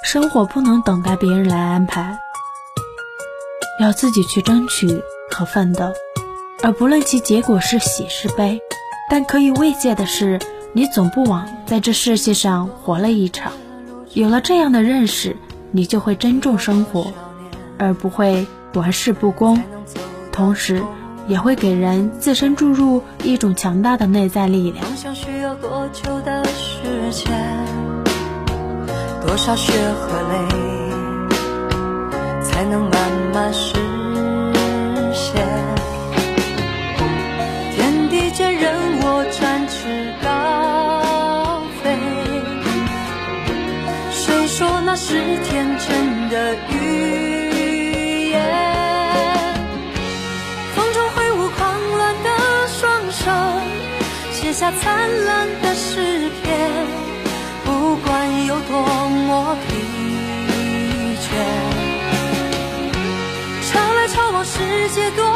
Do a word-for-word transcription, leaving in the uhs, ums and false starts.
生活不能等待别人来安排，要自己去争取和奋斗，而不论其结果是喜是悲。但可以慰藉的是，你总不枉在这世界上活了一场。有了这样的认识，你就会珍重生活，而不会玩世不恭，同时也会给人自身注入一种强大的内在力量。 梦想需要多久的时间，多少血和泪，才能慢慢实现。天地间任我展翅高飞，谁说那是天真的语言？风中挥舞狂乱的双手，写下灿烂的诗篇，不管有多么疲倦。潮来潮往，世界多